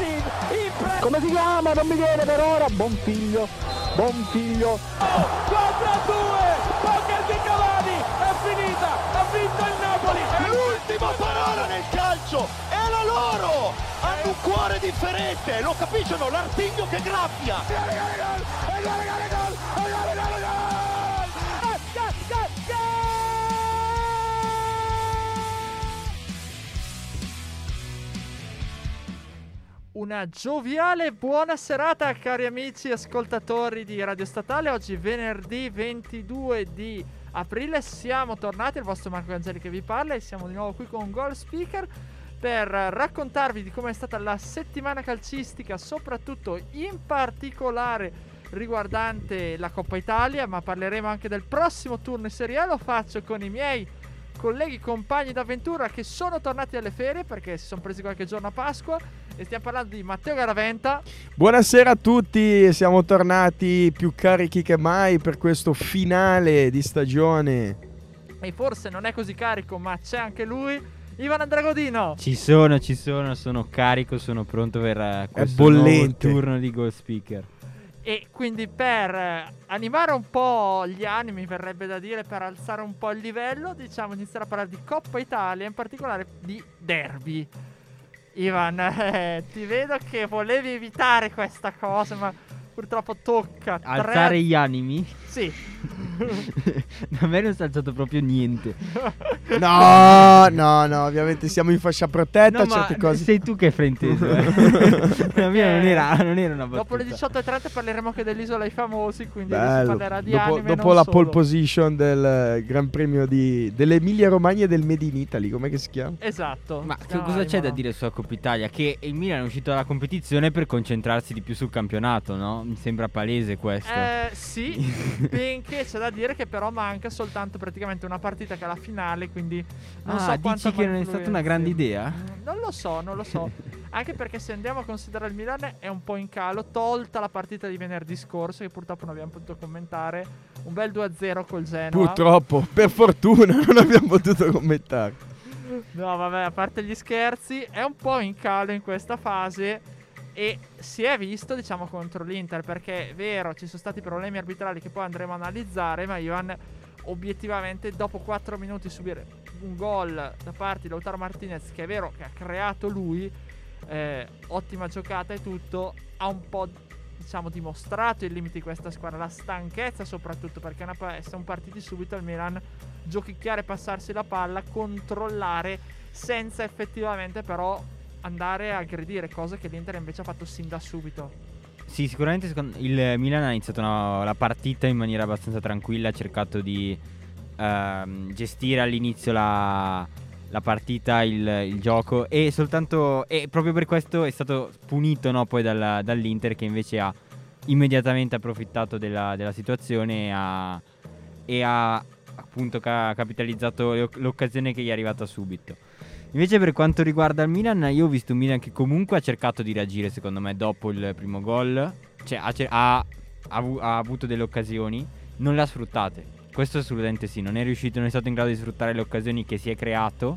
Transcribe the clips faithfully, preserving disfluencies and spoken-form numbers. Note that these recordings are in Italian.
Yashin, impre- come si chiama? Non mi viene per ora. Bonfiglio, Bonfiglio. quattro a due, poker di Cavani, è finita, ha vinto il Napoli. L'ultima parola nel calcio è la loro. Hanno un cuore differente, lo capiscono, l'artiglio che graffia. Una gioviale buona serata, cari amici ascoltatori di Radio Statale. Oggi venerdì ventidue di aprile siamo tornati, il vostro Marco Angeli che vi parla, e siamo di nuovo qui con Goal Speaker per raccontarvi di come è stata la settimana calcistica, soprattutto in particolare riguardante la Coppa Italia, ma parleremo anche del prossimo turno in Serie A. Lo faccio con i miei colleghi, compagni d'avventura che sono tornati dalle ferie perché si sono presi qualche giorno a Pasqua, e stiamo parlando di Matteo Garaventa. Buonasera a tutti, siamo tornati più carichi che mai per questo finale di stagione. E forse non è così carico, ma c'è anche lui, Ivan Andragodino. Ci sono, ci sono, sono carico, sono pronto per uh, questo bollente nuovo turno di Goal Speaker. E quindi per eh, animare un po' gli animi, verrebbe da dire, per alzare un po' il livello, diciamo iniziare a parlare di Coppa Italia, in particolare di derby. Ivan, eh, ti vedo che volevi evitare questa cosa, ma purtroppo tocca. Alzare tre... gli animi? Sì. Da me non si è alzato proprio niente. No, no, no, ovviamente siamo in fascia protetta, No, certe ma cose. sei tu che hai frainteso, eh. La mia non era, non era una battuta. Dopo le diciotto e trenta parleremo anche dell'Isola ai Famosi, quindi si Bello. parlerà di Dopo, anime, dopo non la solo. pole position del eh, Gran Premio di, dell'Emilia Romagna e del Made in Italy, com'è che si chiama? Esatto. Ma che Stiamo cosa a c'è da Imola. dire sulla Coppa Italia? Che il Milan è uscito dalla competizione per concentrarsi di più sul campionato, no? Mi sembra palese questo. Eh sì, benché c'è da dire che però manca soltanto praticamente una partita che è la finale, quindi non ah, so quanto dici che non è stata una grande idea? Mm, Non lo so, non lo so. Anche perché se andiamo a considerare il Milan è un po' in calo, tolta la partita di venerdì scorso che purtroppo non abbiamo potuto commentare, un bel due a zero col Genoa. Purtroppo, per fortuna non abbiamo potuto commentare. No vabbè, a parte gli scherzi, è un po' in calo in questa fase. E si è visto, diciamo, contro l'Inter, perché è vero, ci sono stati problemi arbitrali che poi andremo a analizzare, ma Ivan, obiettivamente dopo quattro minuti subire un gol da parte di Lautaro Martinez, che è vero che ha creato lui, eh, ottima giocata e tutto, ha un po', diciamo, dimostrato i limiti di questa squadra, la stanchezza soprattutto, perché una, siamo partiti subito al Milan, giochicchiare, passarsi la palla, controllare, senza effettivamente però andare a aggredire, cose che l'Inter invece ha fatto sin da subito. Sì, sicuramente secondo- il Milan ha iniziato una- la partita in maniera abbastanza tranquilla, ha cercato di ehm, gestire all'inizio la, la partita, il, il gioco, e soltanto e proprio per questo è stato punito, no, poi dal- dall'Inter, che invece ha immediatamente approfittato della, della situazione e ha, e ha appunto ca- capitalizzato l'oc- l'occasione che gli è arrivata subito. Invece per quanto riguarda il Milan, io ho visto un Milan che comunque ha cercato di reagire, secondo me, dopo il primo gol. Cioè ha, cer- ha, ha, avu- ha avuto delle occasioni, non le ha sfruttate. Questo assolutamente sì, non è riuscito, non è stato in grado di sfruttare le occasioni che si è creato.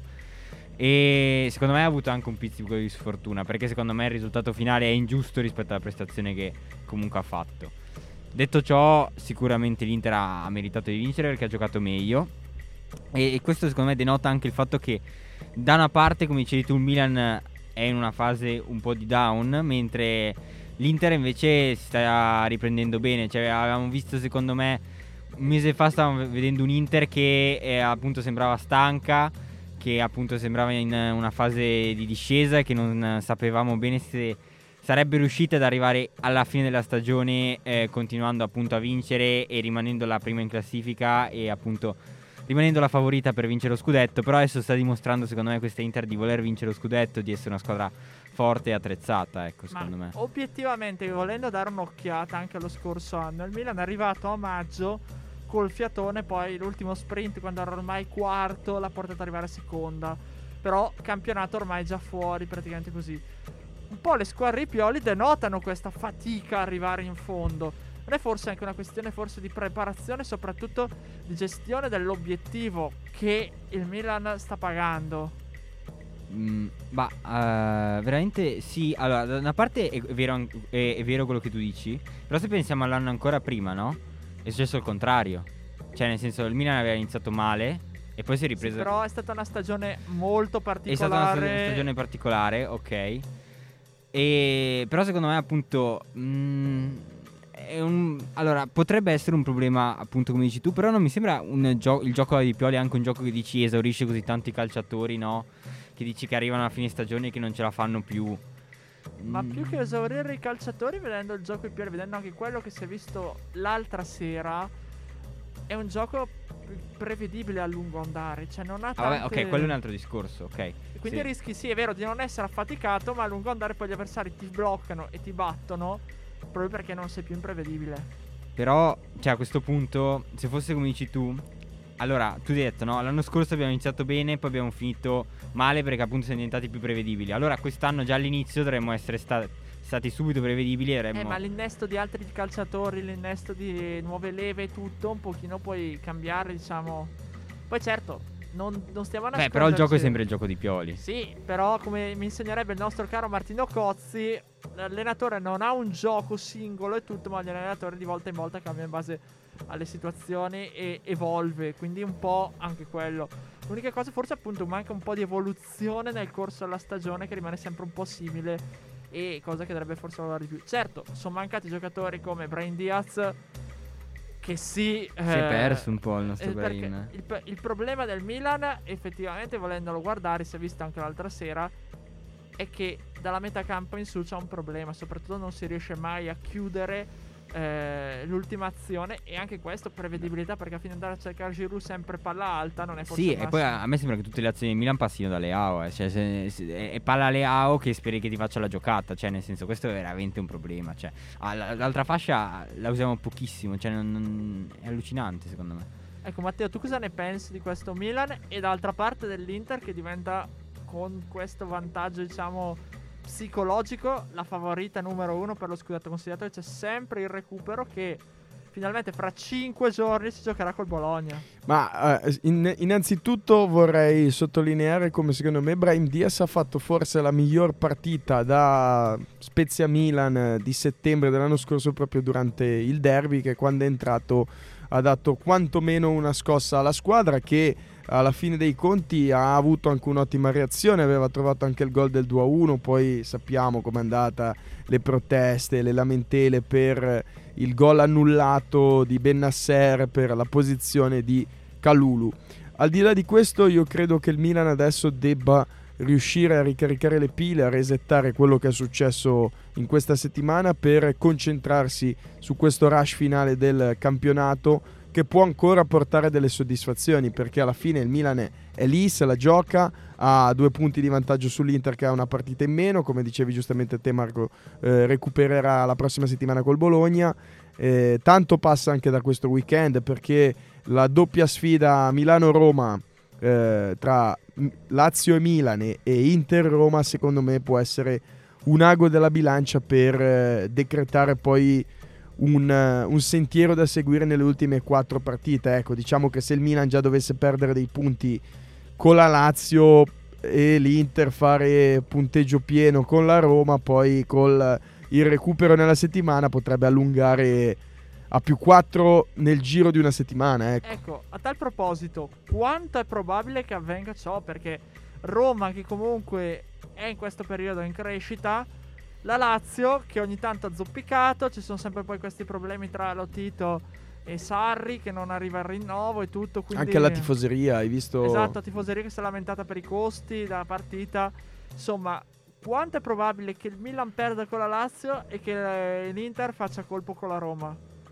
E secondo me ha avuto anche un pizzico di sfortuna, perché secondo me il risultato finale è ingiusto rispetto alla prestazione che comunque ha fatto. Detto ciò, sicuramente l'Inter ha, ha meritato di vincere perché ha giocato meglio. E, e questo secondo me denota anche il fatto che da una parte, come dicevi tu, il Milan è in una fase un po' di down, mentre l'Inter invece si sta riprendendo bene. Cioè avevamo visto, secondo me, un mese fa stavamo vedendo un Inter che eh, appunto sembrava stanca, che appunto sembrava in una fase di discesa e che non sapevamo bene se sarebbe riuscita ad arrivare alla fine della stagione eh, continuando appunto a vincere e rimanendo la prima in classifica e appunto rimanendo la favorita per vincere lo scudetto. Però adesso sta dimostrando, secondo me, questa Inter di voler vincere lo scudetto, di essere una squadra forte e attrezzata, ecco, secondo Ma me. obiettivamente, volendo dare un'occhiata anche allo scorso anno, il Milan è arrivato a maggio col fiatone, poi l'ultimo sprint, quando era ormai quarto, l'ha portato ad arrivare seconda. Però campionato ormai già fuori, praticamente così. Un po' le squadre i Pioli denotano questa fatica a arrivare in fondo. Non è forse anche una questione forse di preparazione, soprattutto di gestione dell'obiettivo che il Milan sta pagando? Mm, ma uh, veramente sì. Allora, da una parte è vero, an- è, è vero quello che tu dici. Però se pensiamo all'anno ancora prima, no? È successo il contrario. Cioè, nel senso, il Milan aveva iniziato male e poi si è ripreso. Sì, però è stata una stagione molto È stata una particolare. stag- stagione particolare, ok. E però secondo me appunto mm, è un, allora potrebbe essere un problema appunto come dici tu. Però non mi sembra un gio- il gioco di Pioli anche un gioco che dici esaurisce così tanti calciatori, no? Che dici che arrivano alla fine stagione e che non ce la fanno più. Ma Mm, più che esaurire i calciatori, vedendo il gioco di Pioli, vedendo anche quello che si è visto l'altra sera, è un gioco prevedibile a lungo andare. Cioè non ha ah, tante... vabbè, ok, quello è un altro discorso, ok. Quindi Sì. rischi, sì, è vero, di non essere affaticato, ma a lungo andare poi gli avversari ti bloccano e ti battono proprio perché non sei più imprevedibile. Però, cioè a questo punto, se fosse come dici tu, allora, tu hai detto, no? L'anno scorso abbiamo iniziato bene, poi abbiamo finito male perché appunto siamo diventati più prevedibili. Allora quest'anno già all'inizio dovremmo essere sta- stati subito prevedibili e avremmo... Eh, ma l'innesto di altri calciatori, l'innesto di nuove leve e tutto, un pochino puoi cambiare, diciamo. Poi certo, non, non stiamo a Beh, però il gioco è nasconderci. sempre il gioco di Pioli. Sì, però come mi insegnerebbe il nostro caro Martino Cozzi, l'allenatore non ha un gioco singolo e tutto, ma l'allenatore di volta in volta cambia in base alle situazioni e evolve, quindi un po' anche quello. L'unica cosa forse appunto manca un po' di evoluzione nel corso della stagione, che rimane sempre un po' simile, e cosa che dovrebbe forse lavorare di più. Certo, sono mancati giocatori come Brahim Diaz, che sì, Si è eh, perso un po' il nostro eh, perché Brahim. il, p- il problema del Milan, effettivamente, volendolo guardare, si è visto anche l'altra sera, è che dalla metà campo in su c'è un problema. Soprattutto non si riesce mai a chiudere eh, l'ultima azione. E anche questo, prevedibilità, perché a fine andare a cercare Giroud sempre palla alta non è forse Sì, il e poi massimo. a, a me sembra che tutte le azioni di Milan passino da Leao. Eh. Cioè, se, se, è, è palla Leao che speri che ti faccia la giocata. Cioè, nel senso, questo è veramente un problema. Cioè, ah, la- l'altra fascia la usiamo pochissimo. Cioè, non- non- è allucinante, secondo me. Ecco, Matteo, tu cosa ne pensi di questo Milan? E d'altra parte dell'Inter, che diventa, con questo vantaggio, diciamo, psicologico, la favorita numero uno per lo scudetto, considerato che c'è sempre il recupero, che finalmente fra cinque giorni si giocherà col Bologna. Ma eh, in- innanzitutto vorrei sottolineare come secondo me Brahim Diaz ha fatto forse la miglior partita da Spezia Milan eh, di settembre dell'anno scorso, proprio durante il derby, che quando è entrato ha dato quantomeno una scossa alla squadra, che alla fine dei conti ha avuto anche un'ottima reazione, aveva trovato anche il gol del due a uno. Poi sappiamo com'è andata, le proteste, le lamentele per il gol annullato di Bennasser per la posizione di Kalulu. Al di là di questo, io credo che il Milan adesso debba riuscire a ricaricare le pile, a resettare quello che è successo in questa settimana, per concentrarsi su questo rush finale del campionato, che può ancora portare delle soddisfazioni, perché alla fine il Milan è, è lì, se la gioca, ha due punti di vantaggio sull'Inter che ha una partita in meno, come dicevi giustamente te Marco, eh, recupererà la prossima settimana col Bologna. Eh, tanto passa anche da questo weekend, perché la doppia sfida Milano-Roma eh, tra Lazio e Milan e Inter-Roma secondo me può essere un ago della bilancia per eh, decretare poi un, uh, un sentiero da seguire nelle ultime quattro partite. Ecco, diciamo che se il Milan già dovesse perdere dei punti con la Lazio e l'Inter fare punteggio pieno con la Roma, poi col il recupero nella settimana potrebbe allungare a più quattro nel giro di una settimana. Ecco. Ecco, a tal proposito, quanto è probabile che avvenga ciò? Perché Roma, che comunque è in questo periodo in crescita, la Lazio che ogni tanto ha zoppicato, ci sono sempre poi questi problemi tra Lotito e Sarri che non arriva al rinnovo e tutto, quindi... Anche la tifoseria, hai visto? Esatto, la tifoseria che si è lamentata per i costi della partita. Insomma, quanto è probabile che il Milan perda con la Lazio e che l'Inter faccia colpo con la Roma?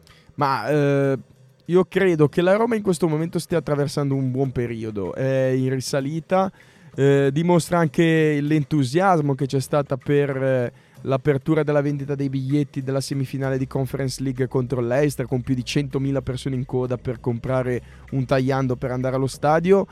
Ma eh, io credo che la Roma in questo momento stia attraversando un buon periodo, è in risalita, eh, dimostra anche l'entusiasmo che c'è stata per eh, l'apertura della vendita dei biglietti della semifinale di Conference League contro l'Leicester, con più di centomila persone in coda per comprare un tagliando per andare allo stadio.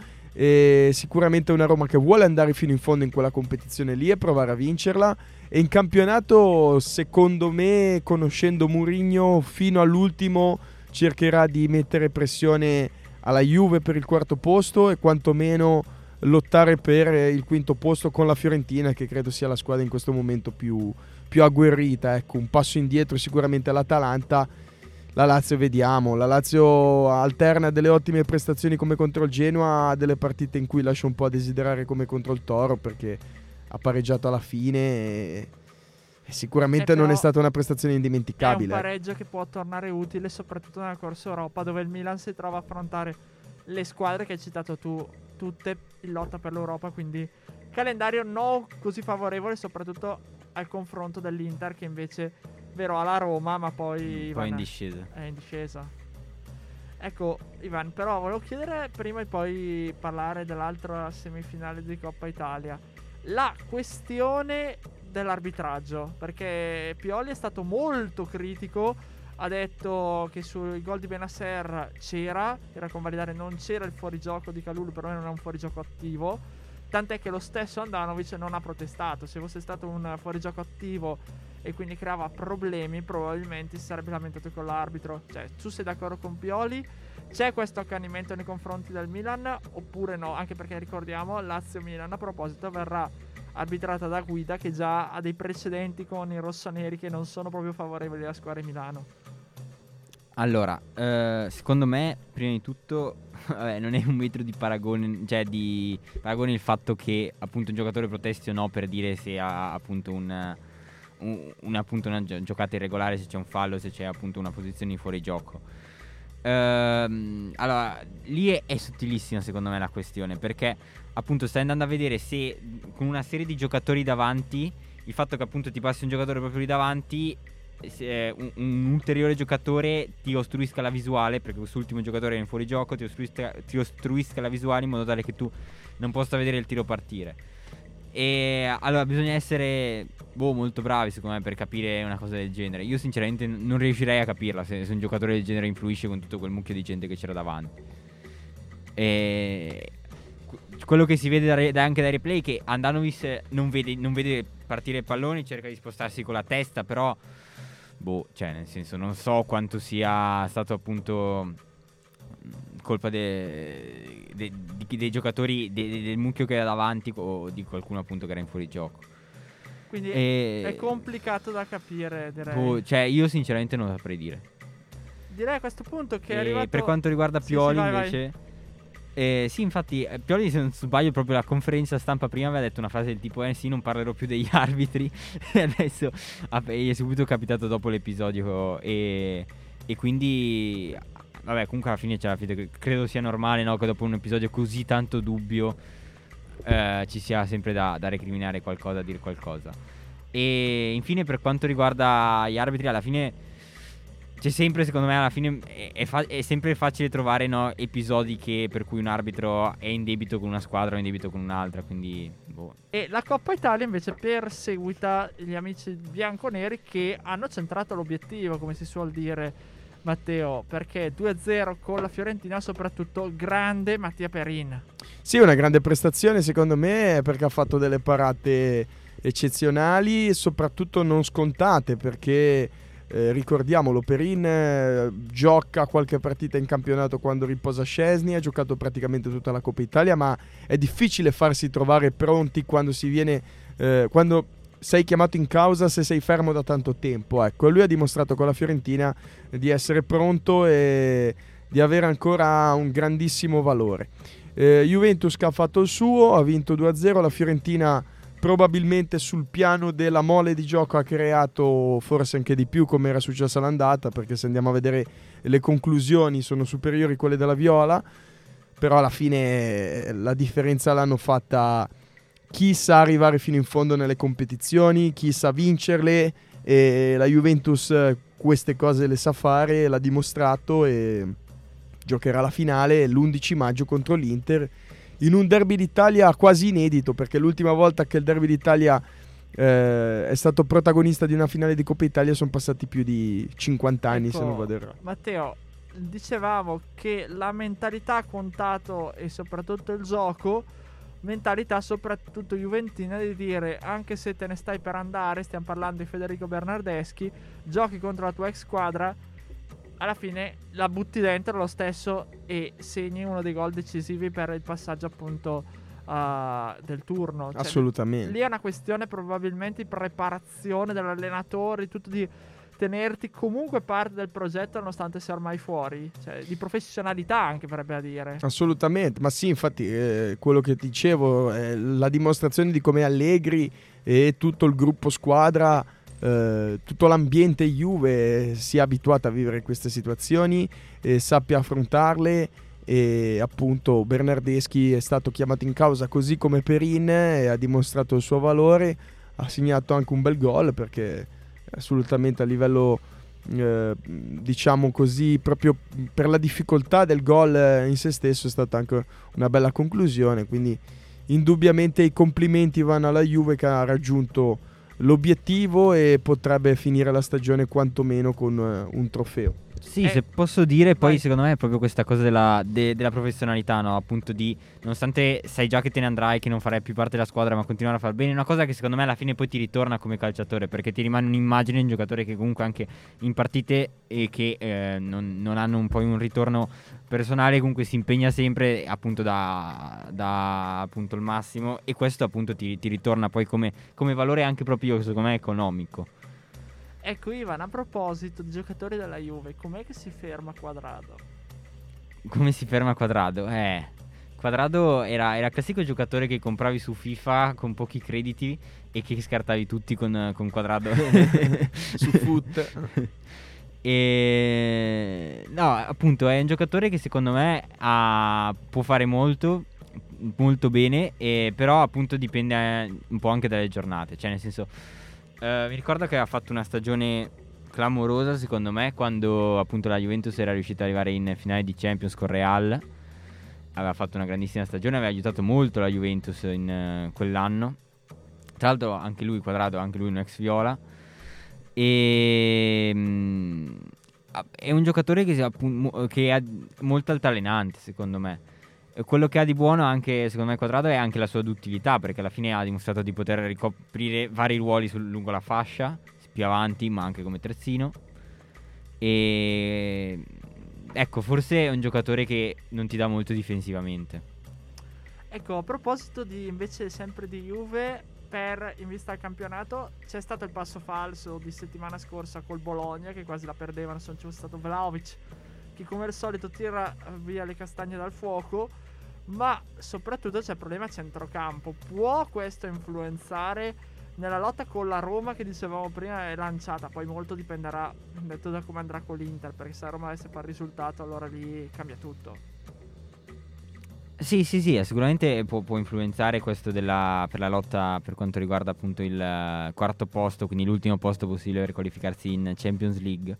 E sicuramente è una Roma che vuole andare fino in fondo in quella competizione lì e provare a vincerla. E in campionato, secondo me, conoscendo Mourinho, fino all'ultimo cercherà di mettere pressione alla Juve per il quarto posto e quantomeno lottare per il quinto posto con la Fiorentina, che credo sia la squadra in questo momento più, più agguerrita. Ecco, un passo indietro sicuramente l'Atalanta. La Lazio vediamo, la Lazio alterna delle ottime prestazioni come contro il Genoa a delle partite in cui lascia un po' a desiderare come contro il Toro, perché ha pareggiato alla fine e, e sicuramente Eh, non è però stata una prestazione È un indimenticabile. pareggio che può tornare utile soprattutto nella corsa Europa, dove il Milan si trova a affrontare le squadre che hai citato tu, tutte in lotta per l'Europa, quindi calendario non così favorevole soprattutto al confronto dell'Inter, che invece vero ha la Roma, ma poi Poi Ivan, in discesa. è in discesa. Ecco Ivan, però volevo chiedere prima e poi parlare dell'altra semifinale di Coppa Italia, la questione dell'arbitraggio, perché Pioli è stato molto critico, ha detto che sui gol di Benasser c'era, era convalidare, non c'era il fuorigioco di Kalulu, però non è un fuorigioco attivo, tant'è che lo stesso Andanovic non ha protestato. Se fosse stato un fuorigioco attivo e quindi creava problemi, probabilmente si sarebbe lamentato con l'arbitro. Cioè, tu sei d'accordo con Pioli? C'è questo accanimento nei confronti del Milan oppure no? Anche perché ricordiamo, Lazio-Milan a proposito verrà arbitrata da Guida, che già ha dei precedenti con i rossoneri che non sono proprio favorevoli alla squadra di Milano. Allora, eh, secondo me, prima di tutto, vabbè, non è un metro di paragone, cioè di paragone il fatto che appunto un giocatore protesti o no per dire se ha appunto un, un, un appunto una gio- giocata irregolare, se c'è un fallo, se c'è appunto una posizione di fuorigioco. Ehm, allora, lì è, è sottilissima secondo me la questione, perché appunto stai andando a vedere se con una serie di giocatori davanti, il fatto che appunto ti passi un giocatore proprio lì davanti, se un, un ulteriore giocatore ti ostruisca la visuale, perché quest'ultimo giocatore è in fuorigioco, ti ostruisca, ti ostruisca la visuale in modo tale che tu non possa vedere il tiro partire. E allora bisogna essere boh, molto bravi secondo me per capire una cosa del genere. Io sinceramente n- non riuscirei a capirla se, se un giocatore del genere influisce con tutto quel mucchio di gente che c'era davanti. E quello che si vede da re- da anche dai replay è che Andanovic non vede, non vede partire il pallone, cerca di spostarsi con la testa, però boh, cioè nel senso non so quanto sia stato appunto colpa de, de, de, dei giocatori, de, de, del mucchio che era davanti o di qualcuno appunto che era in fuorigioco. Quindi E- è complicato da capire, direi. boh, cioè io sinceramente non saprei dire. Direi a questo punto che è E arrivato... per quanto riguarda Sì, sì, Pioli vai, vai. invece eh, sì, infatti eh, Pioli, se non sbaglio, proprio la conferenza stampa prima aveva detto una frase del tipo eh sì, non parlerò più degli arbitri. E adesso ah, beh, è subito capitato dopo l'episodio. E, e quindi vabbè, comunque alla fine, cioè, alla fine credo sia normale, no, che dopo un episodio così tanto dubbio eh, ci sia sempre da, da recriminare qualcosa, da dire qualcosa. E infine, per quanto riguarda gli arbitri, alla fine c'è sempre, secondo me, alla fine è, è, fa- è sempre facile trovare, no, episodi che per cui un arbitro è in debito con una squadra o in debito con un'altra, quindi boh. E la Coppa Italia invece perseguita gli amici bianconeri, che hanno centrato l'obiettivo, come si suol dire, Matteo, perché due a zero con la Fiorentina, soprattutto grande Mattia Perin. Sì, una grande prestazione secondo me, perché ha fatto delle parate eccezionali e soprattutto non scontate, perché eh, ricordiamolo, Perin eh, gioca qualche partita in campionato quando riposa Szczesny, ha giocato praticamente tutta la Coppa Italia, ma è difficile farsi trovare pronti quando si viene eh, quando sei chiamato in causa se sei fermo da tanto tempo. Ecco, lui ha dimostrato con la Fiorentina di essere pronto e di avere ancora un grandissimo valore. eh, Juventus che ha fatto il suo, ha vinto due a zero. La Fiorentina probabilmente sul piano della mole di gioco ha creato forse anche di più, come era successo all'andata, perché se andiamo a vedere le conclusioni sono superiori a quelle della Viola, però alla fine la differenza l'hanno fatta chi sa arrivare fino in fondo nelle competizioni, chi sa vincerle, e la Juventus queste cose le sa fare, l'ha dimostrato e giocherà la finale l'undici maggio contro l'Inter in un derby d'Italia quasi inedito, perché l'ultima volta che il derby d'Italia eh, è stato protagonista di una finale di Coppa Italia sono passati più di cinquanta anni, Ecco, se non vado errato. Matteo, dicevamo che la mentalità ha contato e soprattutto il gioco, mentalità soprattutto juventina, di dire anche se te ne stai per andare, stiamo parlando di Federico Bernardeschi, giochi contro la tua ex squadra, alla fine la butti dentro lo stesso e segni uno dei gol decisivi per il passaggio appunto uh, del turno. Cioè, Assolutamente. lì è una questione probabilmente di preparazione dell'allenatore, tutto di tenerti comunque parte del progetto nonostante sia ormai fuori, cioè di professionalità anche, verrebbe a dire. Assolutamente, ma sì, infatti eh, quello che dicevo è la dimostrazione di come Allegri e tutto il gruppo squadra, eh, tutto l'ambiente Juve sia abituato a vivere queste situazioni e sappia affrontarle, e appunto Bernardeschi è stato chiamato in causa così come Perin e ha dimostrato il suo valore, ha segnato anche un bel gol perché assolutamente a livello eh, diciamo così, proprio per la difficoltà del gol in se stesso è stata anche una bella conclusione, quindi indubbiamente i complimenti vanno alla Juve che ha raggiunto l'obiettivo e potrebbe finire la stagione quantomeno con uh, un trofeo. Sì, Eh, se posso dire, poi vai. secondo me è proprio questa cosa della, de- della professionalità, no? Appunto di, nonostante sai già che te ne andrai, che non farai più parte della squadra, ma continuare a far bene, è una cosa che secondo me alla fine poi ti ritorna come calciatore, perché ti rimane un'immagine di un giocatore che comunque anche in partite e che eh, non, non hanno un, poi un ritorno personale, comunque si impegna sempre appunto da, da appunto il massimo, e questo appunto ti, ti ritorna poi come, come valore anche proprio secondo me economico. Ecco Ivan, a proposito di giocatori della Juve, com'è che si ferma Quadrado? Come si ferma Quadrado? Eh, Quadrado era, era il classico giocatore che compravi su FIFA con pochi crediti e che scartavi tutti con, con Quadrado Su Foot. E no, appunto è un giocatore che secondo me ha, può fare molto, molto bene, e però appunto dipende eh, un po' anche dalle giornate, cioè nel senso eh, mi ricordo che ha fatto una stagione clamorosa secondo me quando appunto la Juventus era riuscita ad arrivare in finale di Champions con Real, aveva fatto una grandissima stagione, aveva aiutato molto la Juventus in eh, quell'anno, tra l'altro anche lui Quadrado, anche lui un ex Viola, e mh, è un giocatore che, si appun- che è molto altalenante secondo me. E quello che ha di buono anche secondo me Quadrado è anche la sua duttilità, perché alla fine ha dimostrato di poter ricoprire vari ruoli sul, lungo la fascia, più avanti ma anche come terzino, e ecco, forse è un giocatore che non ti dà molto difensivamente. Ecco, a proposito di invece sempre di Juve, per in vista al campionato c'è stato il passo falso di settimana scorsa col Bologna che quasi la perdevano, c'è stato Vlahovic che come al solito tira via le castagne dal fuoco, ma soprattutto c'è il problema centrocampo. Può questo influenzare nella lotta con la Roma che dicevamo prima è lanciata? Poi molto dipenderà detto da come andrà con l'Inter, perché se la Roma avesse fatto il risultato allora lì cambia tutto. Sì, sì, sì, sicuramente può, può influenzare questo della, per la lotta per quanto riguarda appunto il uh, quarto posto, quindi l'ultimo posto possibile per qualificarsi in Champions League.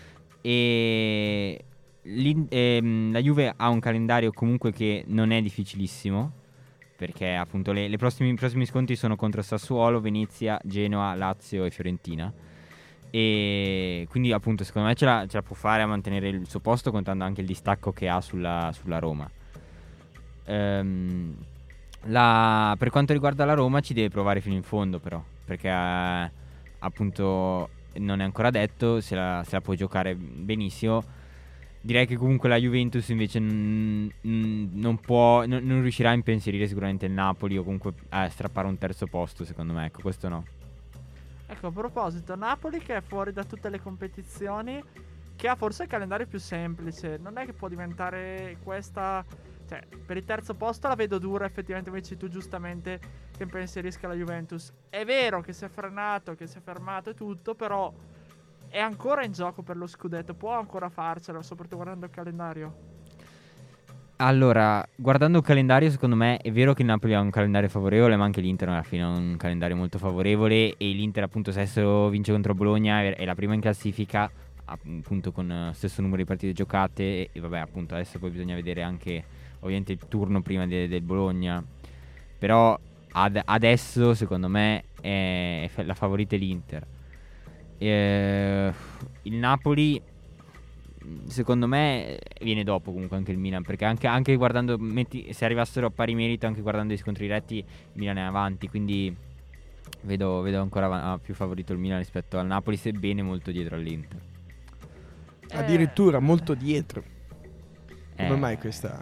E ehm, la Juve ha un calendario comunque che non è difficilissimo, perché appunto le, le prossimi, i prossimi scontri sono contro Sassuolo, Venezia, Genoa, Lazio e Fiorentina, e quindi appunto secondo me ce la, ce la può fare a mantenere il suo posto, contando anche il distacco che ha sulla, sulla Roma. Um, la, per quanto riguarda la Roma ci deve provare fino in fondo però, perché eh, appunto non è ancora detto se la, se la può giocare benissimo. Direi che comunque la Juventus invece n- n- non può, n- non riuscirà a impensierire sicuramente il Napoli, o comunque a strappare un terzo posto secondo me, ecco, questo no. Ecco, a proposito, Napoli che è fuori da tutte le competizioni, che ha forse il calendario più semplice, non è che può diventare questa, cioè per il terzo posto la vedo dura effettivamente, invece tu giustamente che impensierisca la Juventus. È vero che si è frenato, che si è fermato e tutto, però è ancora in gioco per lo scudetto, può ancora farcela, soprattutto guardando il calendario. Allora, guardando il calendario, secondo me è vero che il Napoli ha un calendario favorevole, ma anche l'Inter alla fine ha un calendario molto favorevole, e l'Inter appunto se adesso vince contro Bologna è la prima in classifica, appunto con lo stesso numero di partite giocate, e, e vabbè appunto adesso poi bisogna vedere anche ovviamente il turno prima de- del Bologna, però ad- adesso secondo me è, è la favorita è l'Inter. Eh, il Napoli secondo me viene dopo comunque anche il Milan, perché anche, anche guardando, metti, se arrivassero a pari merito anche guardando gli scontri diretti, il Milan è avanti, quindi vedo, vedo ancora av- più favorito il Milan rispetto al Napoli, sebbene molto dietro all'Inter. Addirittura molto dietro. Come Eh, mai questa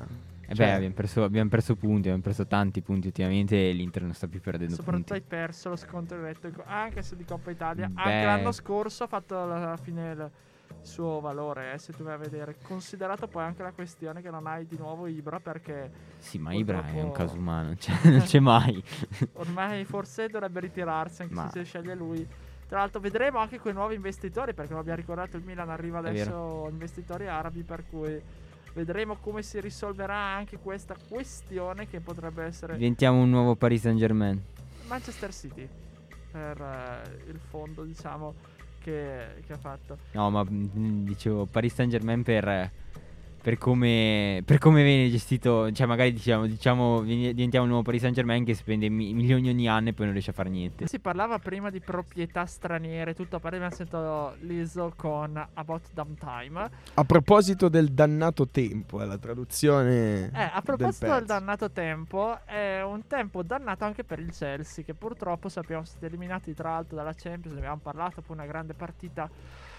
Eh Cioè- beh, abbiamo perso, abbiamo perso punti, abbiamo perso tanti punti ultimamente e l'Inter non sta più perdendo Soprattutto punti. hai perso lo scontro diretto, anche se di Coppa Italia. Beh. Anche l'anno scorso ha fatto alla fine il suo valore, eh, se tu vai a vedere. Considerato poi anche la questione che non hai di nuovo Ibra, perché Sì, ma Ibra è un purtroppo- caso umano, cioè, non c'è mai. ormai forse dovrebbe ritirarsi, anche Ma- se si sceglie lui. Tra l'altro vedremo anche quei nuovi investitori, perché come abbiamo ricordato il Milan arriva È adesso investitori arabi, per cui vedremo come si risolverà anche questa questione che potrebbe essere Diventiamo un nuovo Paris Saint Germain. Manchester City per eh, il fondo, diciamo, che, che ha fatto. No, ma mm, dicevo Paris Saint Germain per, per come per come viene gestito. Cioè, magari diciamo, diciamo viene- diventiamo un nuovo Paris Saint Germain che spende mi- milioni ogni anno e poi non riesce a fare niente. Si parlava prima di proprietà straniere, tutto a parte abbiamo sentito l'Iso con About Damn Time. A proposito del dannato tempo, è la traduzione. Eh, a proposito del, del pezzo. dannato tempo, è un tempo dannato anche per il Chelsea, che purtroppo sappiamo stati eliminati tra l'altro dalla Champions, ne abbiamo parlato, poi una grande partita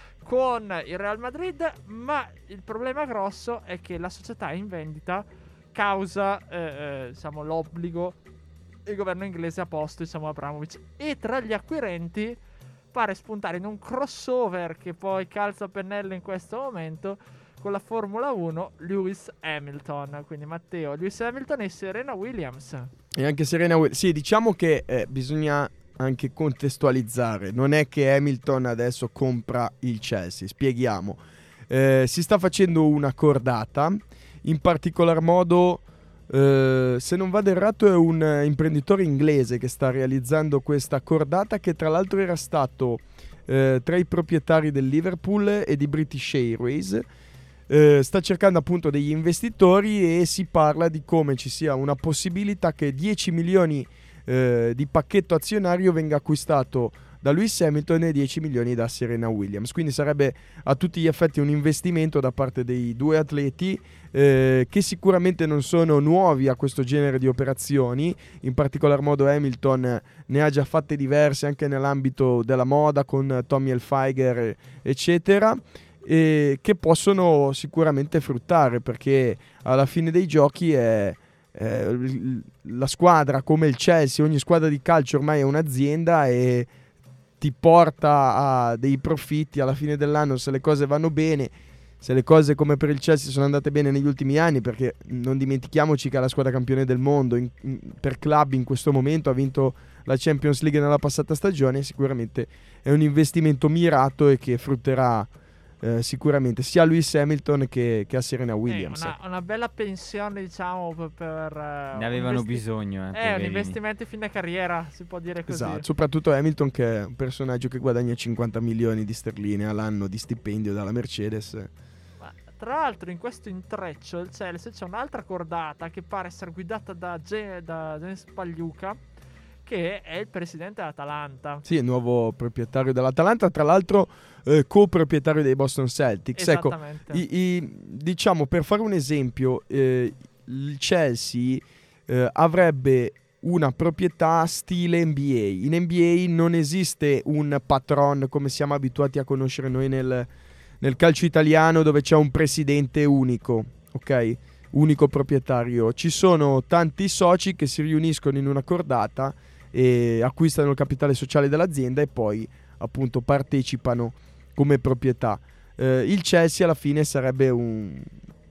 con il Real Madrid, ma il problema grosso è che la società è in vendita causa eh, eh, diciamo, l'obbligo il governo inglese ha posto, diciamo, Abramovich, e tra gli acquirenti pare spuntare in un crossover che poi calza a pennello in questo momento con la Formula uno Lewis Hamilton. Quindi Matteo, Lewis Hamilton e Serena Williams. E anche Serena Williams. Sì, diciamo che eh, bisogna anche contestualizzare. Non è che Hamilton adesso compra il Chelsea. Spieghiamo. Eh, si sta facendo una cordata. In particolar modo, eh, se non vado errato, è un eh, imprenditore inglese che sta realizzando questa cordata, che tra l'altro era stato eh, tra i proprietari del Liverpool e di British Airways. Eh, sta cercando appunto degli investitori e si parla di come ci sia una possibilità che dieci milioni eh, di pacchetto azionario venga acquistato da Lewis Hamilton e dieci milioni da Serena Williams. Quindi sarebbe a tutti gli effetti un investimento da parte dei due atleti eh, che sicuramente non sono nuovi a questo genere di operazioni. In particolar modo Hamilton ne ha già fatte diverse anche nell'ambito della moda con Tommy Hilfiger eccetera, e che possono sicuramente fruttare, perché alla fine dei giochi è, è la squadra come il Chelsea, ogni squadra di calcio ormai è un'azienda e ti porta a dei profitti alla fine dell'anno se le cose vanno bene. Se le cose come per il Chelsea sono andate bene negli ultimi anni, perché non dimentichiamoci che è la squadra campione del mondo in, in, per club in questo momento, ha vinto la Champions League nella passata stagione, sicuramente è un investimento mirato e che frutterà Eh, sicuramente sia a Lewis Hamilton che, che a Serena Williams. Eh, una, una bella pensione, diciamo, per... per eh, Ne un avevano investi- bisogno, eh, Eh, un poverini. investimento fine carriera, si può dire così. Esatto, soprattutto Hamilton, che è un personaggio che guadagna cinquanta milioni di sterline all'anno di stipendio dalla Mercedes. Ma, tra l'altro in questo intreccio il Chelsea c'è un'altra cordata che pare essere guidata da, Ge- da James Pagliuca, che è il presidente dell'Atalanta. Sì, è il nuovo proprietario dell'Atalanta, tra l'altro eh, coproprietario dei Boston Celtics. Ecco, Esattamente. i, i- diciamo, per fare un esempio, eh, il Chelsea eh, avrebbe una proprietà stile N B A. In N B A non esiste un patron come siamo abituati a conoscere noi nel, nel calcio italiano, dove c'è un presidente unico, ok? Unico proprietario. Ci sono tanti soci che si riuniscono in una cordata e acquistano il capitale sociale dell'azienda e poi appunto partecipano come proprietà. Eh, il Chelsea alla fine sarebbe un,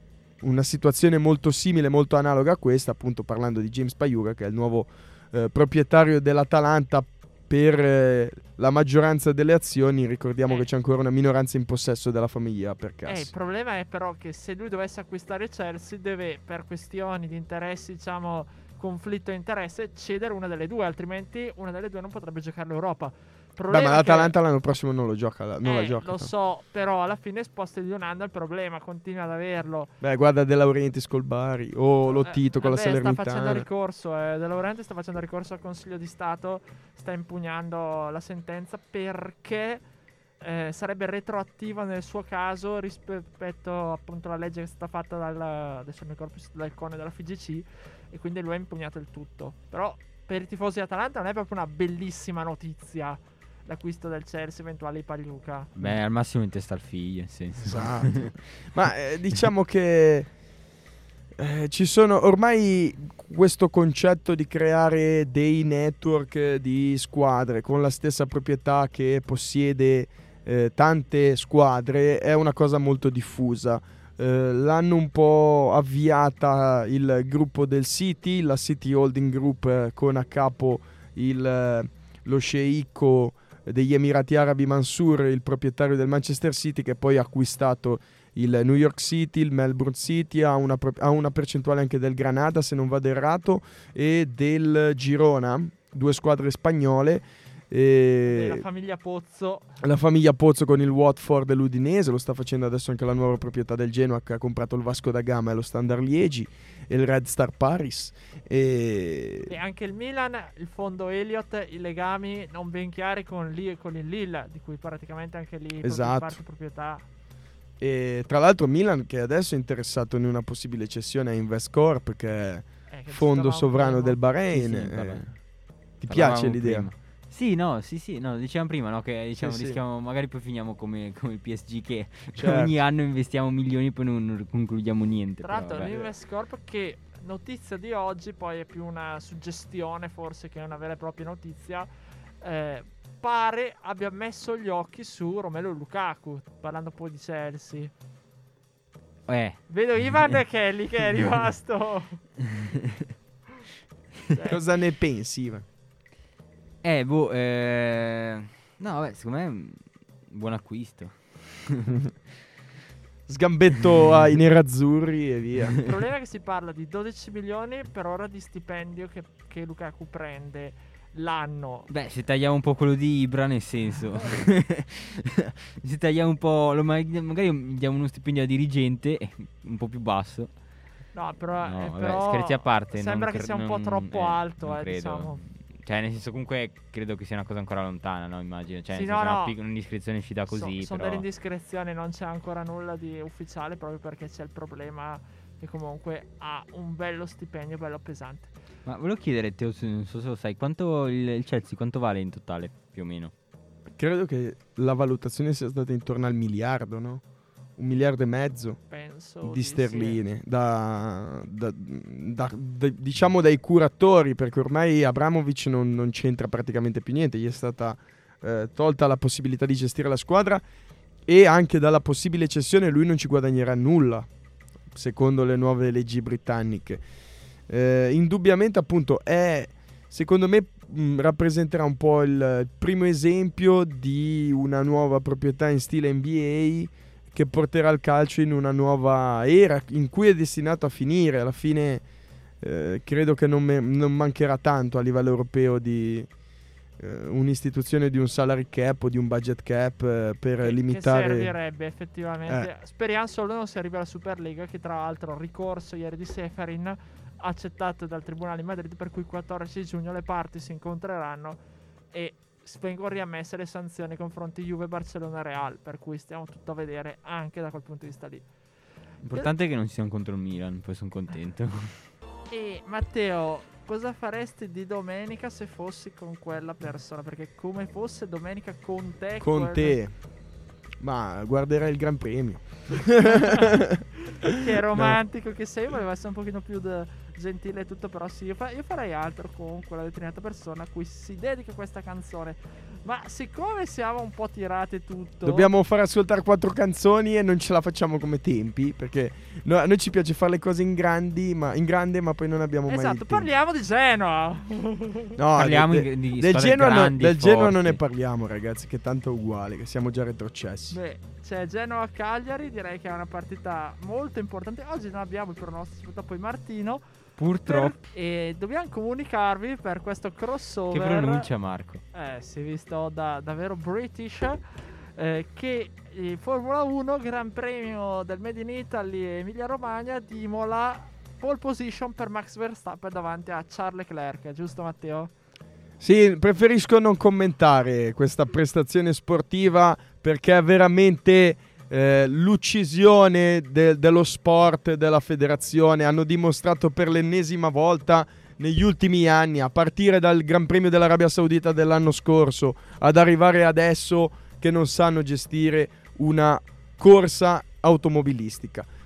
una situazione molto simile, molto analoga a questa, appunto parlando di James Pagliuca, che è il nuovo eh, proprietario dell'Atalanta per eh, la maggioranza delle azioni. Ricordiamo Eh. che c'è ancora una minoranza in possesso della famiglia per Eh, il caso. problema è però che se lui dovesse acquistare il Chelsea deve, per questioni di interessi, diciamo, conflitto di interesse, cedere una delle due, altrimenti una delle due non potrebbe giocare l'Europa. Beh, Problema ma che- l'Atalanta l'anno prossimo non lo gioca, non eh, la gioca. lo so, però alla fine sposta di un anno il problema, continua ad averlo. Beh, guarda De Laurentiis col Bari o Lottito Eh, con la vabbè, sta Salernitana. facendo ricorso, eh, De Laurentiis sta facendo ricorso al Consiglio di Stato, sta impugnando la sentenza perché eh, sarebbe retroattiva nel suo caso rispetto appunto alla legge che è stata fatta dal, adesso mi ricordo più se dal CONE della F G C, e quindi lui ha impugnato il tutto. Però per i tifosi di Atalanta non è proprio una bellissima notizia l'acquisto del Chelsea eventuale di Pagliuca. Beh, al massimo in testa al figlio, nel senso. Esatto. Ma eh, diciamo che eh, ci sono ormai questo concetto di creare dei network di squadre con la stessa proprietà che possiede eh, tante squadre è una cosa molto diffusa. Eh, l'hanno un po' avviata il gruppo del City, la City Holding Group, eh, con a capo il, eh, lo sceicco degli Emirati Arabi Mansour, il proprietario del Manchester City, che poi ha acquistato il New York City, il Melbourne City, ha una, pro- ha una percentuale anche del Granada, se non vado errato, e del Girona, due squadre spagnole. E la famiglia Pozzo. La famiglia Pozzo con il Watford e l'Udinese, lo sta facendo adesso anche la nuova proprietà del Genoa, che ha comprato il Vasco da Gama e lo Standard Liegi e il Red Star Paris. E, e anche il Milan, il fondo Elliott, i legami non ben chiari con, Li- con il Lille, di cui praticamente anche lì esatto. parte proprietà. E tra l'altro Milan, che adesso è interessato in una possibile cessione a Investcorp, che è eh, che fondo sovrano del Bahrain. Sì, sì, eh, ti Parlavamo piace l'idea? prima. Sì, no, sì, sì, no, dicevamo prima, no, che diciamo Sì, sì. rischiamo, magari poi finiamo come, come il P S G che Certo. ogni anno investiamo milioni poi non, non concludiamo niente. Tra l'altro però, vabbè. l'Investcorp, che notizia di oggi, poi è più una suggestione forse che una vera e propria notizia, eh, pare abbia messo gli occhi su Romelu Lukaku, parlando poi di Chelsea. Eh. Vedo Ivan che è lì che è rimasto. Cioè, Cosa ne pensi, Ivan? Eh, boh, eh... no, vabbè, secondo me è un buon acquisto. Sgambetto ai nerazzurri e via. il problema è che si parla di dodici milioni per ora di stipendio che, che Lukaku prende l'anno. Beh, se tagliamo un po' quello di Ibra, nel senso, se tagliamo un po', lo mag- magari diamo uno stipendio a dirigente eh, un po' più basso. No, però, No, eh, vabbè, però scherzi a parte, sembra non che cre- sia un po' non- troppo eh, alto, non eh, credo. diciamo. Cioè, nel senso, comunque credo che sia una cosa ancora lontana, no? Immagino. Cioè, Sì, nel no, senso, no. una piccola indiscrezione uscita così. So- sono però... delle indiscrezioni, non c'è ancora nulla di ufficiale proprio perché c'è il problema che comunque ha un bello stipendio, bello pesante. Ma volevo chiedere, Teo, se- non so se lo sai, quanto il, il Chelsea quanto vale in totale, più o meno? Credo che la valutazione sia stata intorno al miliardo, no? Un miliardo e mezzo Penso di sì. sterline da, da- da- da- diciamo dai curatori, perché ormai Abramovich non, non c'entra praticamente più niente, gli è stata eh, tolta la possibilità di gestire la squadra e anche dalla possibile cessione lui non ci guadagnerà nulla secondo le nuove leggi britanniche. Eh, indubbiamente appunto è, secondo me mh, rappresenterà un po' il, il primo esempio di una nuova proprietà in stile N B A che porterà il calcio in una nuova era in cui è destinato a finire. Alla fine eh, credo che non, me- non mancherà tanto a livello europeo di eh, un'istituzione di un salary cap o di un budget cap eh, per Che, limitare. che servirebbe effettivamente. Speriamo solo non si arrivi alla Superlega, che tra l'altro ricorso ieri di Seferin accettato dal Tribunale di Madrid, per cui il quattordici giugno le parti si incontreranno e vengono riammesse le sanzioni nei confronti Juve, Barcellona e Real, per cui stiamo tutto a vedere anche da quel punto di vista lì. L'importante è che non ci siamo contro il Milan, poi sono contento. E Matteo, cosa faresti di domenica se fossi con quella persona? Perché come fosse domenica con te, Con quel- te, ma guarderai il Gran Premio. che romantico che sei, voleva essere un pochino più de- gentile e tutto, però sì, io, fa- io farei altro con quella determinata persona a cui si dedica questa canzone. Ma siccome siamo un po' tirati tutto, Dobbiamo far ascoltare quattro canzoni e non ce la facciamo come tempi, perché no- a noi ci piace fare le cose in grandi, ma in grande, ma poi non abbiamo mai il esatto, tempo. parliamo di Genoa. No, Parliamo de- in- di del squadre Genoa, no- grandi, del Genoa non forti. ne parliamo, ragazzi, che tanto è uguale, che siamo già retrocessi. Beh, c'è Genoa-Cagliari, direi che è una partita molto importante. Oggi non abbiamo il pronostico, dopo il Martino. Purtroppo. Per- e dobbiamo comunicarvi per questo crossover. Che pronuncia, Marco? Eh, si è visto da davvero British. Eh, che il Formula uno, Gran Premio del Made in Italy Emilia Romagna, di Imola, pole position per Max Verstappen davanti a Charles Leclerc, giusto Matteo? Sì, preferisco non commentare questa prestazione sportiva perché è veramente eh, l'uccisione de- dello sport, della federazione. Hanno dimostrato per l'ennesima volta negli ultimi anni, a partire dal Gran Premio dell'Arabia Saudita dell'anno scorso, ad arrivare adesso, che non sanno gestire una corsa automobilistica.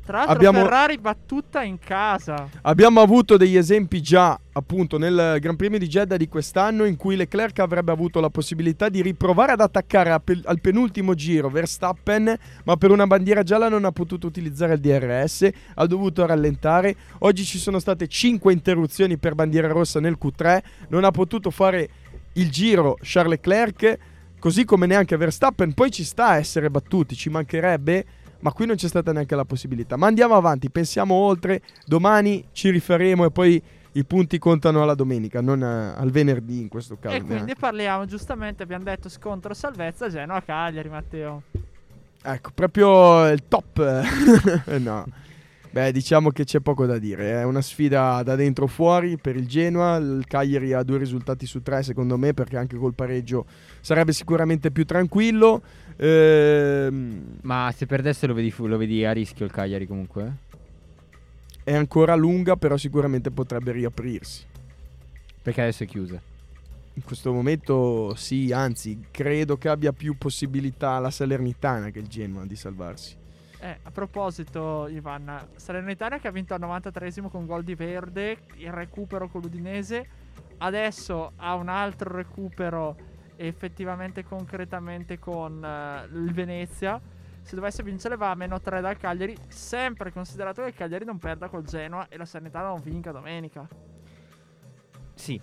Tra l'altro abbiamo, Ferrari battuta in casa. Abbiamo avuto degli esempi già appunto nel Gran Premio di Jeddah di quest'anno, in cui Leclerc avrebbe avuto la possibilità di riprovare ad attaccare pe- al penultimo giro Verstappen, ma per una bandiera gialla non ha potuto utilizzare il D R S, ha dovuto rallentare. Oggi ci sono state cinque interruzioni per bandiera rossa nel Q tre, non ha potuto fare il giro Charles Leclerc, così come neanche Verstappen. Poi ci sta a essere battuti, ci mancherebbe, ma qui non c'è stata neanche la possibilità. Ma andiamo avanti, pensiamo oltre, domani ci rifaremo e poi i punti contano alla domenica, non a, al venerdì in questo caso. E quindi neanche. parliamo, giustamente abbiamo detto scontro salvezza Genoa-Cagliari, Matteo. Ecco, proprio il top. No, beh, diciamo che c'è poco da dire, è una sfida da dentro fuori per il Genoa. Il Cagliari ha due risultati su tre secondo me, perché anche col pareggio sarebbe sicuramente più tranquillo. Ehm, Ma se perdesse lo vedi, fu- lo vedi a rischio il Cagliari comunque? È ancora lunga, però sicuramente potrebbe riaprirsi. Perché adesso è chiusa. In questo momento sì, anzi, credo che abbia più possibilità la Salernitana che il Genoa di salvarsi. Eh, a proposito, Ivan, Salernitana che ha vinto al novantatreesimo con gol di Verde, il recupero con l'Udinese, adesso ha un altro recupero effettivamente concretamente con uh, il Venezia. Se dovesse vincere va a meno tre dal Cagliari, sempre considerato che il Cagliari non perda col Genoa e la Salernitana non vinca domenica. Sì,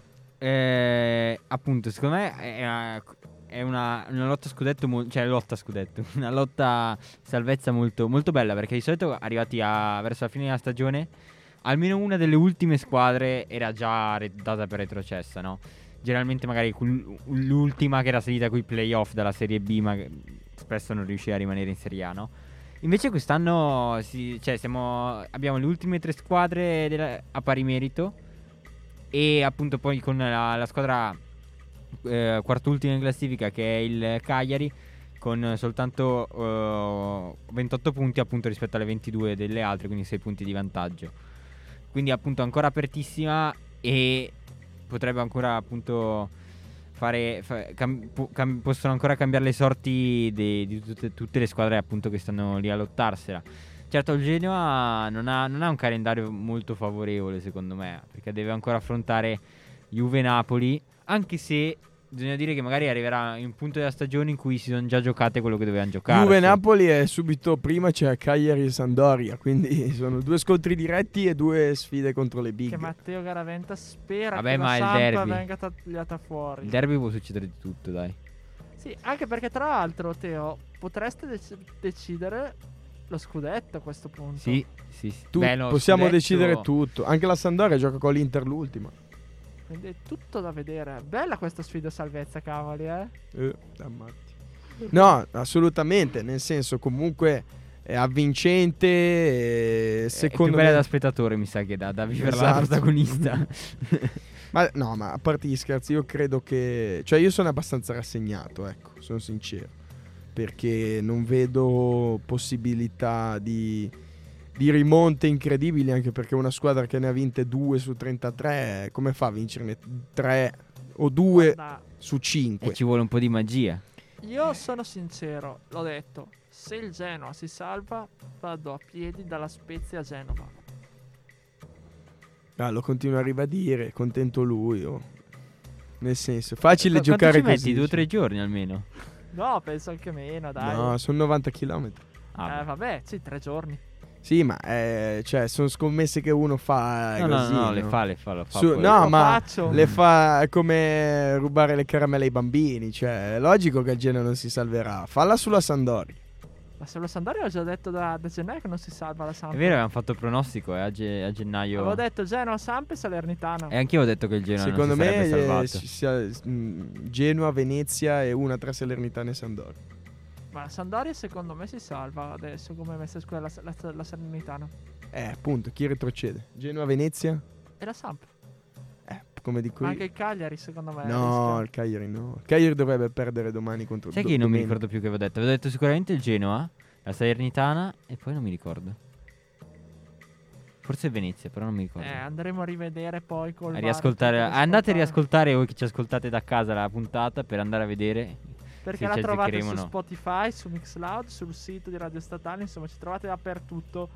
eh, appunto, secondo me è, è una, una lotta scudetto, mo- cioè lotta scudetto, una lotta salvezza molto, molto bella, perché di solito arrivati a, verso la fine della stagione, almeno una delle ultime squadre era già re- data per retrocessa, no? Generalmente magari l'ultima che era salita coi playoff dalla Serie B, ma spesso non riusciva a rimanere in Serie A, no? Invece quest'anno si, cioè siamo, abbiamo le ultime tre squadre della, a pari merito, e appunto poi con la, la squadra eh, quart'ultima in classifica che è il Cagliari, con soltanto uh, ventotto punti appunto rispetto alle ventidue delle altre, quindi sei punti di vantaggio. Quindi appunto ancora apertissima, e potrebbe ancora appunto fare fa, cam, cam, possono ancora cambiare le sorti de, di tutte, tutte le squadre appunto che stanno lì a lottarsela. Certo, il Genoa non ha, non ha un calendario molto favorevole secondo me, perché deve ancora affrontare Juve-Napoli, anche se bisogna dire che magari arriverà in un punto della stagione in cui si sono già giocate quello che dovevano giocare. Juve-Napoli è subito prima, c'è Cagliari e Sampdoria, quindi sono due scontri diretti e due sfide contro le big. Che Matteo Garaventa spera Vabbè, che ma la il derby. Samp venga tagliata fuori. Il derby può succedere di tutto, dai. Sì, anche perché tra l'altro, Teo, potreste dec- decidere lo scudetto a questo punto. Sì, sì, sì. Tu- Beh, no, possiamo scudetto- decidere tutto. Anche la Sampdoria gioca con l'Inter l'ultima. Quindi è tutto da vedere. Bella questa sfida salvezza, cavoli, eh. Eh, ammatti. No, assolutamente. Nel senso, comunque è avvincente. E È secondo più bella me. da spettatore, mi sa, che da, da vivere la Esatto. protagonista. Ma no, ma a parte gli scherzi, io credo che. Cioè, io sono abbastanza rassegnato, ecco, sono sincero. Perché non vedo possibilità di. di rimonte incredibili, anche perché una squadra che ne ha vinte due su trentatré, come fa a vincerne tre o due Guarda, su cinque? E ci vuole un po' di magia. io sono sincero, l'ho detto. Se il Genoa si salva, vado a piedi dalla Spezia a Genova. Ah, lo continuo a ribadire, contento lui. Oh. Nel senso, facile Qu- giocare quanto ci così. metti? Due o tre giorni almeno? No, penso anche meno, dai. No, sono novanta chilometri. Ah, eh, vabbè, sì, tre giorni. Sì, ma eh, cioè, sono scommesse che uno fa no, no, così. no, no, no? le fa, le fa, lo fa Su- poi. no, Lo ma faccio. le fa è come rubare le caramelle ai bambini. Cioè, è logico che il Genoa non si salverà. Falla sulla Sampdoria. Ma se lo Sampdoria ho già detto da, da gennaio che non si salva la Samp. È vero, avevamo fatto pronostico eh, a, ge- a gennaio. Avevo detto Genoa, Samp e Salernitana. E anch'io ho detto che il Genoa Secondo non si me sarebbe eh, salvato. ci sia, mh, Genoa, Venezia e una tra Salernitana e Sampdoria. Ma la Sampdoria secondo me si salva adesso come è messa in scuola la, la, la Salernitana. Eh, appunto, chi retrocede? Genoa, Venezia? E la Samp. Eh, come dico Ma io. anche il Cagliari secondo me. No, rischia. il Cagliari no. Il Cagliari dovrebbe perdere domani contro Sai do- che non mi domenica. ricordo più che avevo detto. Avevo detto sicuramente il Genoa, la Salernitana e poi non mi ricordo. Forse Venezia, però non mi ricordo. Eh, andremo a rivedere poi col a V A R riascoltare. tutte le Andate a scontare. riascoltare voi che ci ascoltate da casa la puntata per andare a vedere. Perché se la ci trovate su azzeccheremo o no. Spotify, su Mixcloud, sul sito di Radio Statale, insomma ci trovate dappertutto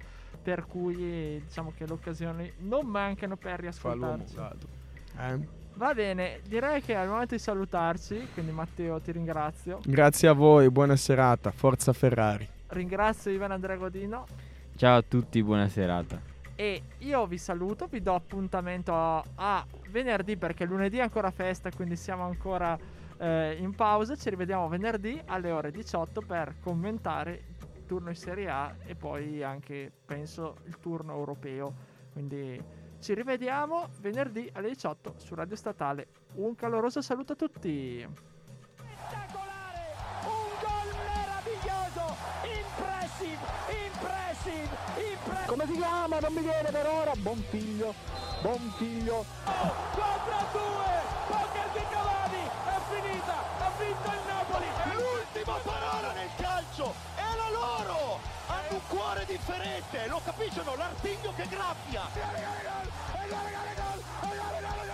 per cui diciamo che le occasioni non mancano per Fa l'uomo riascoltarci. dato. Eh? Va bene, direi che è il momento di salutarci, quindi Matteo ti ringrazio. Grazie a voi, buona serata, forza Ferrari. Ringrazio Ivan Andrea Godino Ciao a tutti, buona serata. e io vi saluto, vi do appuntamento a, a venerdì perché lunedì è ancora festa, quindi siamo ancora eh, in pausa. Ci rivediamo venerdì alle ore diciotto per commentare il turno in Serie A e poi anche, penso, il turno europeo. Quindi ci rivediamo venerdì alle diciotto su Radio Statale. Un caloroso saluto a tutti. Spettacolare, un gol meraviglioso, impressive, impressive, impressive. Come si chiama? Non mi viene per ora. Buon figlio, buon figlio. quattro a due, poker di Cavani, è finita, ha vinto il Napoli. L'ultima parola nel calcio è la loro! Hanno un cuore differente, lo capiscono? L'artiglio che graffia! E gol, e gol, e gol, e gol, e gol, e gol,